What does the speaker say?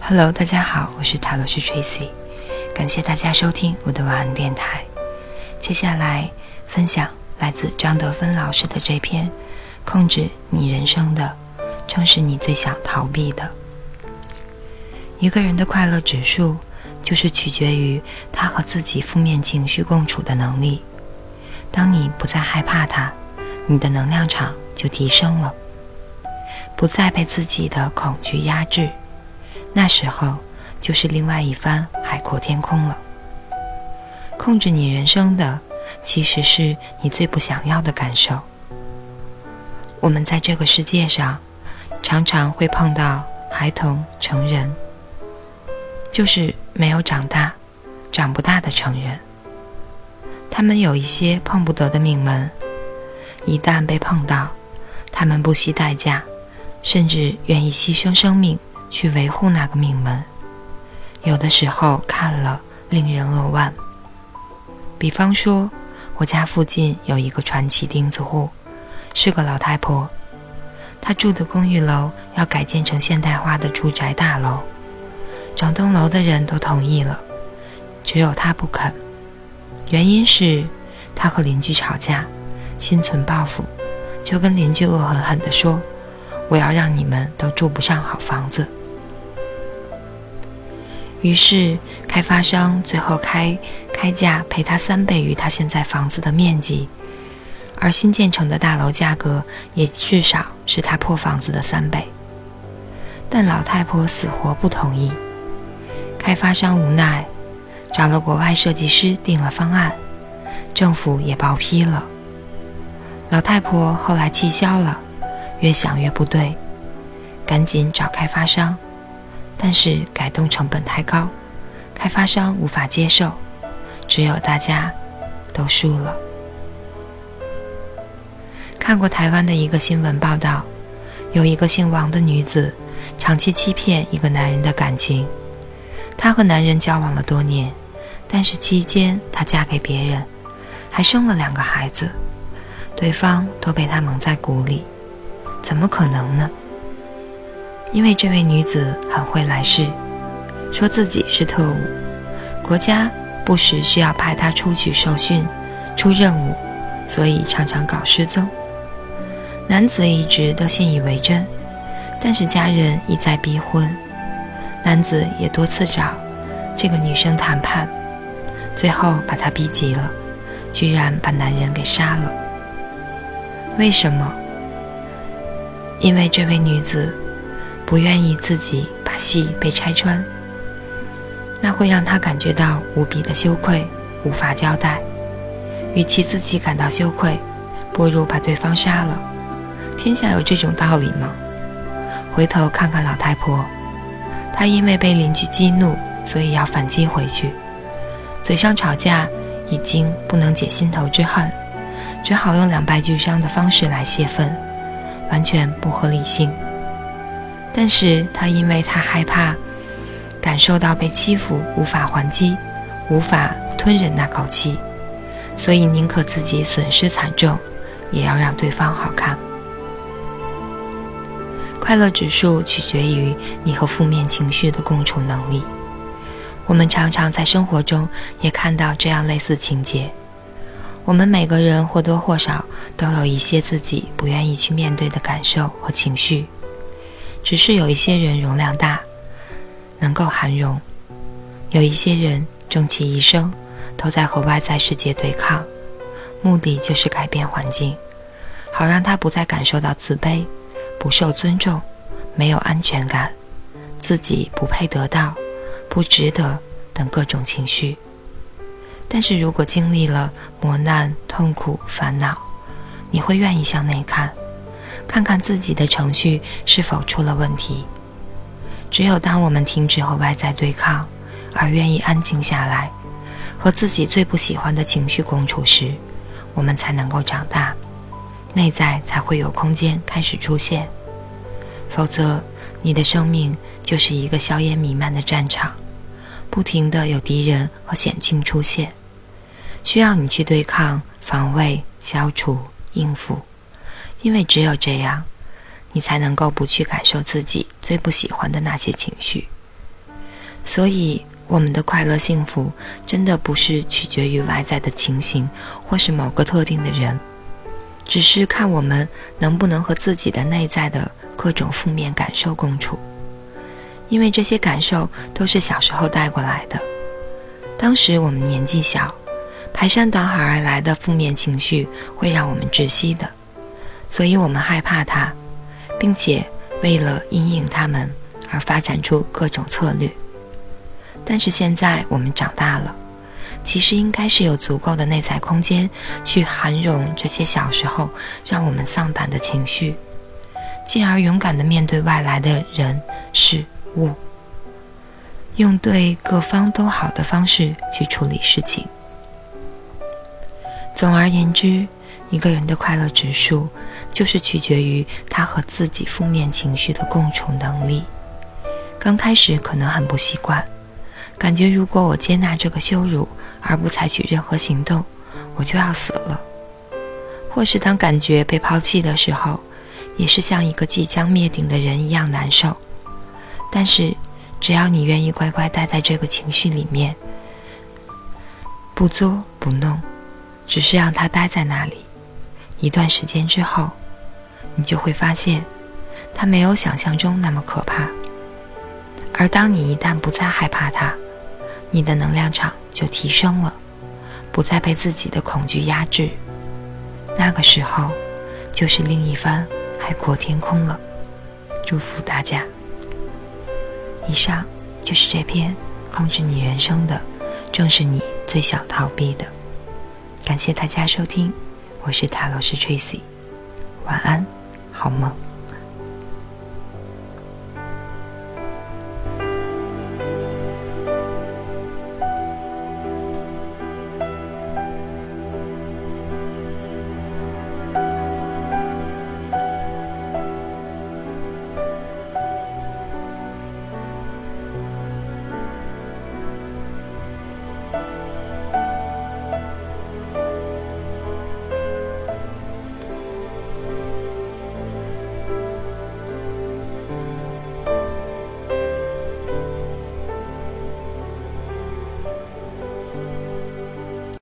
Hello， 大家好，我是塔罗师 Tracy， 感谢大家收听我的晚安电台。接下来分享来自张德芬老师的这篇《控制你人生的，正是你最想逃避的》。一个人的快乐指数，就是取决于他和自己负面情绪共处的能力。当你不再害怕它，你的能量场就提升了，不再被自己的恐惧压制，那时候就是另外一番海阔天空了。控制你人生的，其实是你最不想要的感受。我们在这个世界上常常会碰到孩童、成人，就是没有长大、长不大的成人。他们有一些碰不得的命门，一旦被碰到，他们不惜代价，甚至愿意牺牲生命去维护那个命门，有的时候看了令人扼腕。比方说，我家附近有一个传奇钉子户，是个老太婆。她住的公寓楼要改建成现代化的住宅大楼，整栋楼的人都同意了，只有她不肯。原因是她和邻居吵架，心存报复，就跟邻居恶狠狠地说，我要让你们都住不上好房子。于是开发商最后开价赔他3倍于他现在房子的面积，而新建成的大楼价格也至少是他破房子的3倍。但老太婆死活不同意，开发商无奈找了国外设计师定了方案，政府也报批了。老太婆后来气消了，越想越不对，赶紧找开发商，但是改动成本太高，开发商无法接受，只有大家都输了。看过台湾的一个新闻报道，有一个姓王的女子长期欺骗一个男人的感情，她和男人交往了多年，但是期间她嫁给别人，还生了2个孩子，对方都被她蒙在鼓里。怎么可能呢？因为这位女子很会来事，说自己是特务，国家不时需要派她出去受训、出任务，所以常常搞失踪。男子一直都信以为真，但是家人一再逼婚，男子也多次找这个女生谈判，最后把她逼急了，居然把男人给杀了。为什么？因为这位女子不愿意自己把戏被拆穿，那会让她感觉到无比的羞愧，无法交代。与其自己感到羞愧，不如把对方杀了。天下有这种道理吗？回头看看老太婆，她因为被邻居激怒，所以要反击回去，嘴上吵架已经不能解心头之恨，只好用两败俱伤的方式来泄愤，完全不合理性。但是她因为她害怕感受到被欺负，无法还击，无法吞忍那口气，所以宁可自己损失惨重，也要让对方好看。快乐指数取决于你和负面情绪的共处能力。我们常常在生活中也看到这样类似情节。我们每个人或多或少都有一些自己不愿意去面对的感受和情绪，只是有一些人容量大，能够涵容；有一些人终其一生都在和外在世界对抗，目的就是改变环境，好让他不再感受到自卑、不受尊重、没有安全感、自己不配得到、不值得等各种情绪。但是如果经历了磨难、痛苦、烦恼，你会愿意向内看，看看自己的程序是否出了问题。只有当我们停止和外在对抗，而愿意安静下来，和自己最不喜欢的情绪共处时，我们才能够长大，内在才会有空间开始出现。否则，你的生命就是一个硝烟弥漫的战场，不停地有敌人和险境出现，需要你去对抗、防卫、消除、应付。因为只有这样，你才能够不去感受自己最不喜欢的那些情绪。 所以我们的快乐幸福真的不是取决于外在的情形或是某个特定的人，只是看我们能不能和自己的内在的各种负面感受共处。因为这些感受都是小时候带过来的，当时我们年纪小，排山倒海而来的负面情绪会让我们窒息的，所以我们害怕它，并且为了因应它们而发展出各种策略。但是现在我们长大了，其实应该是有足够的内在空间去涵容这些小时候让我们丧胆的情绪，进而勇敢地面对外来的人事物，用对各方都好的方式去处理事情。总而言之，一个人的快乐指数就是取决于他和自己负面情绪的共处能力。刚开始可能很不习惯，感觉如果我接纳这个羞辱而不采取任何行动，我就要死了。或是当感觉被抛弃的时候，也是像一个即将灭顶的人一样难受。但是只要你愿意乖乖待在这个情绪里面，不作不弄，只是让它待在那里，一段时间之后，你就会发现它没有想象中那么可怕。而当你一旦不再害怕它，你的能量场就提升了，不再被自己的恐惧压制，那个时候就是另一番海阔天空了。祝福大家。以上就是这篇控制你人生的，正是你最想逃避的。感谢大家收听，我是塔罗师 Tracy， 晚安，好梦。